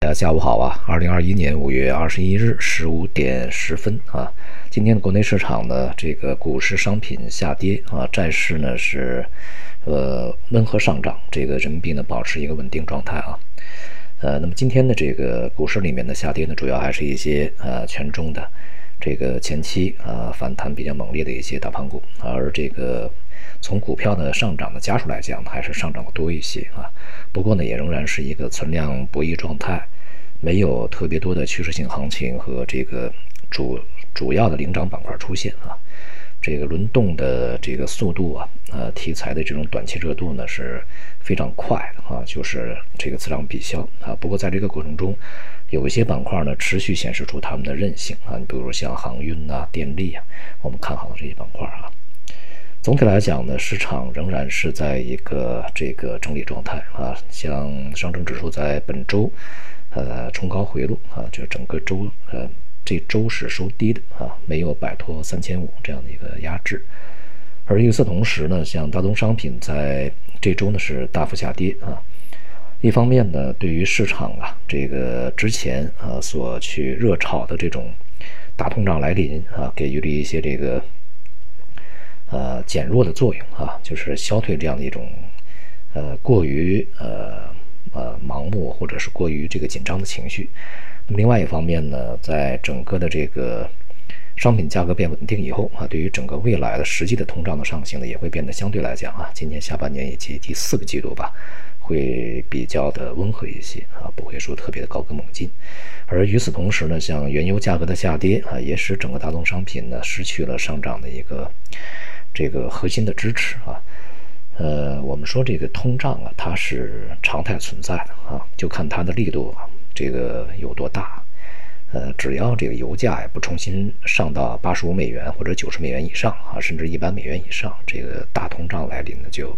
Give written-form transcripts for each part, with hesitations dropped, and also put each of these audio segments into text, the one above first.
下午好啊，2021年5月21日15点10分啊。今天的国内市场呢，这个股市商品下跌啊，债市呢是温和上涨，这个人民币呢保持一个稳定状态啊。那么今天的这个股市里面的下跌呢，主要还是一些权重的这个前期反弹比较猛烈的一些大盘股，而这个从股票的上涨的家数来讲，还是上涨的多一些啊。不过呢，也仍然是一个存量博弈状态，没有特别多的趋势性行情和这个主要的领涨板块出现啊。这个轮动的这个速度啊，题材的这种短期热度呢是非常快的啊，就是这个此涨彼消啊。不过在这个过程中，有一些板块呢持续显示出它们的韧性啊，你比如像航运啊、电力啊，我们看好的这些板块啊。总体来讲呢，市场仍然是在一个这个整理状态啊，像上证指数在本周冲高回落啊，这整个周这周是收低的啊，没有摆脱3500这样的一个压制。而与此同时呢，像大宗商品在这周呢是大幅下跌啊。一方面呢，对于市场啊这个之前所去热炒的这种大通胀来临啊，给予了一些这个减弱的作用啊，就是消退这样的一种过于盲目或者是过于这个紧张的情绪。那么另外一方面呢，在整个的这个商品价格变稳定以后啊，对于整个未来的实际的通胀的上行呢，也会变得相对来讲啊，今年下半年以及第4个季度吧，会比较的温和一些啊，不会说特别的高歌猛进。而与此同时呢，像原油价格的下跌啊，也使整个大宗商品呢失去了上涨的一个这个核心的支持啊。我们说这个通胀啊，它是常态存在的啊，就看它的力度这个有多大。只要这个油价也不重新上到$85或者$90以上啊，甚至$100以上，这个大通胀来临呢，就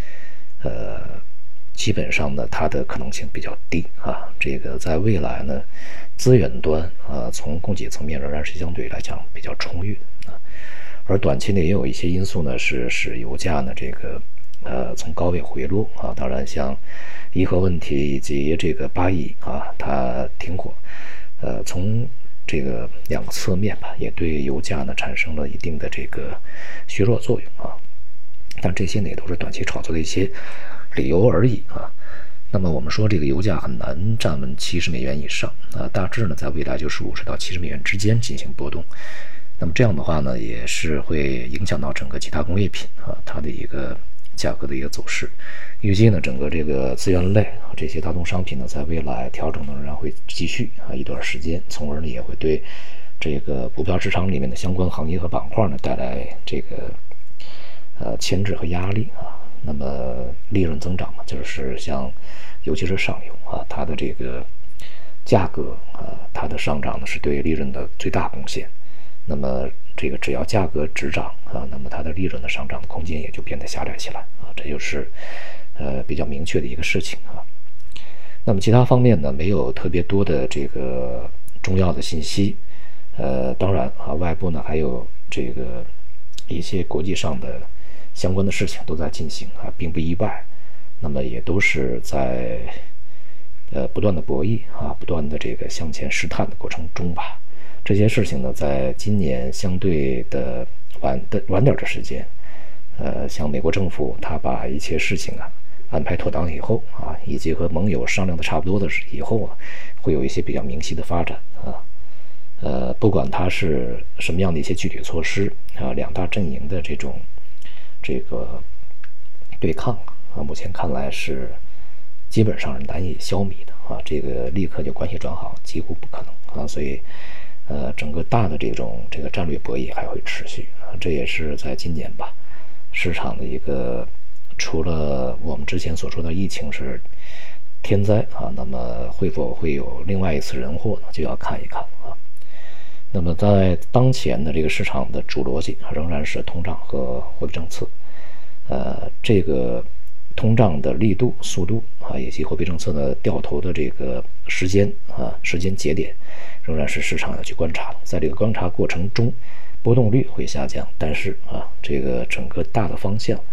基本上呢，它的可能性比较低啊。这个在未来呢，资源端从供给层面仍然是相对来讲比较充裕的啊。而短期内也有一些因素呢，是使油价呢这个从高位回落啊。当然，像伊核问题以及这个巴以啊，它停火，从这个两个侧面吧，也对油价呢产生了一定的这个削弱作用啊。但这些呢也都是短期炒作的一些理由而已啊。那么我们说这个油价很难站稳$70以上啊，大致呢在未来就是50到$70之间进行波动。那么这样的话呢，也是会影响到整个其他工业品啊它的一个价格的一个走势。预计呢，整个这个资源类这些大宗商品呢，在未来调整呢仍然会继续一段时间，从而呢也会对这个股票市场里面的相关行业和板块呢带来这个牵制和压力啊。那么利润增长嘛，就是像尤其是上游啊，它的这个价格它的上涨呢是对利润的最大贡献。那么这个只要价格止涨啊，那么它的利润的上涨的空间也就变得狭窄起来啊，这就是比较明确的一个事情啊。那么其他方面呢，没有特别多的这个重要的信息。当然啊，外部呢还有这个一些国际上的相关的事情都在进行啊，并不意外。那么也都是在不断的博弈啊，不断的这个向前试探的过程中吧。这些事情呢，在今年相对的晚点的时间，像美国政府他把一切事情安排妥当以后啊，以及和盟友商量的差不多的以后啊，会有一些比较明晰的发展啊。不管它是什么样的一些具体措施啊，两大阵营的这个对抗啊，目前看来是基本上是难以消弭的啊，这个立刻就关系转好几乎不可能啊，所以整个大的这个战略博弈还会持续啊，这也是在今年吧，市场的一个除了我们之前所说的疫情是天灾啊，那么会否会有另外一次人祸呢？就要看一看啊。那么在当前的这个市场的主逻辑仍然是通胀和货币政策，这个通胀的力度、速度啊，以及货币政策的掉头的这个时间节点，仍然是市场要去观察的。在这个观察过程中，波动率会下降，但是这个整个大的方向，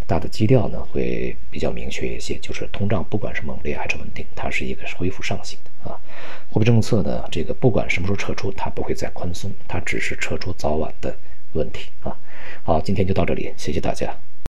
大的基调呢会比较明确一些，就是通胀不管是猛烈还是稳定，它是一个恢复上行的啊。货币政策呢，这个不管什么时候撤出，它不会再宽松，它只是撤出早晚的问题啊。好，今天就到这里，谢谢大家。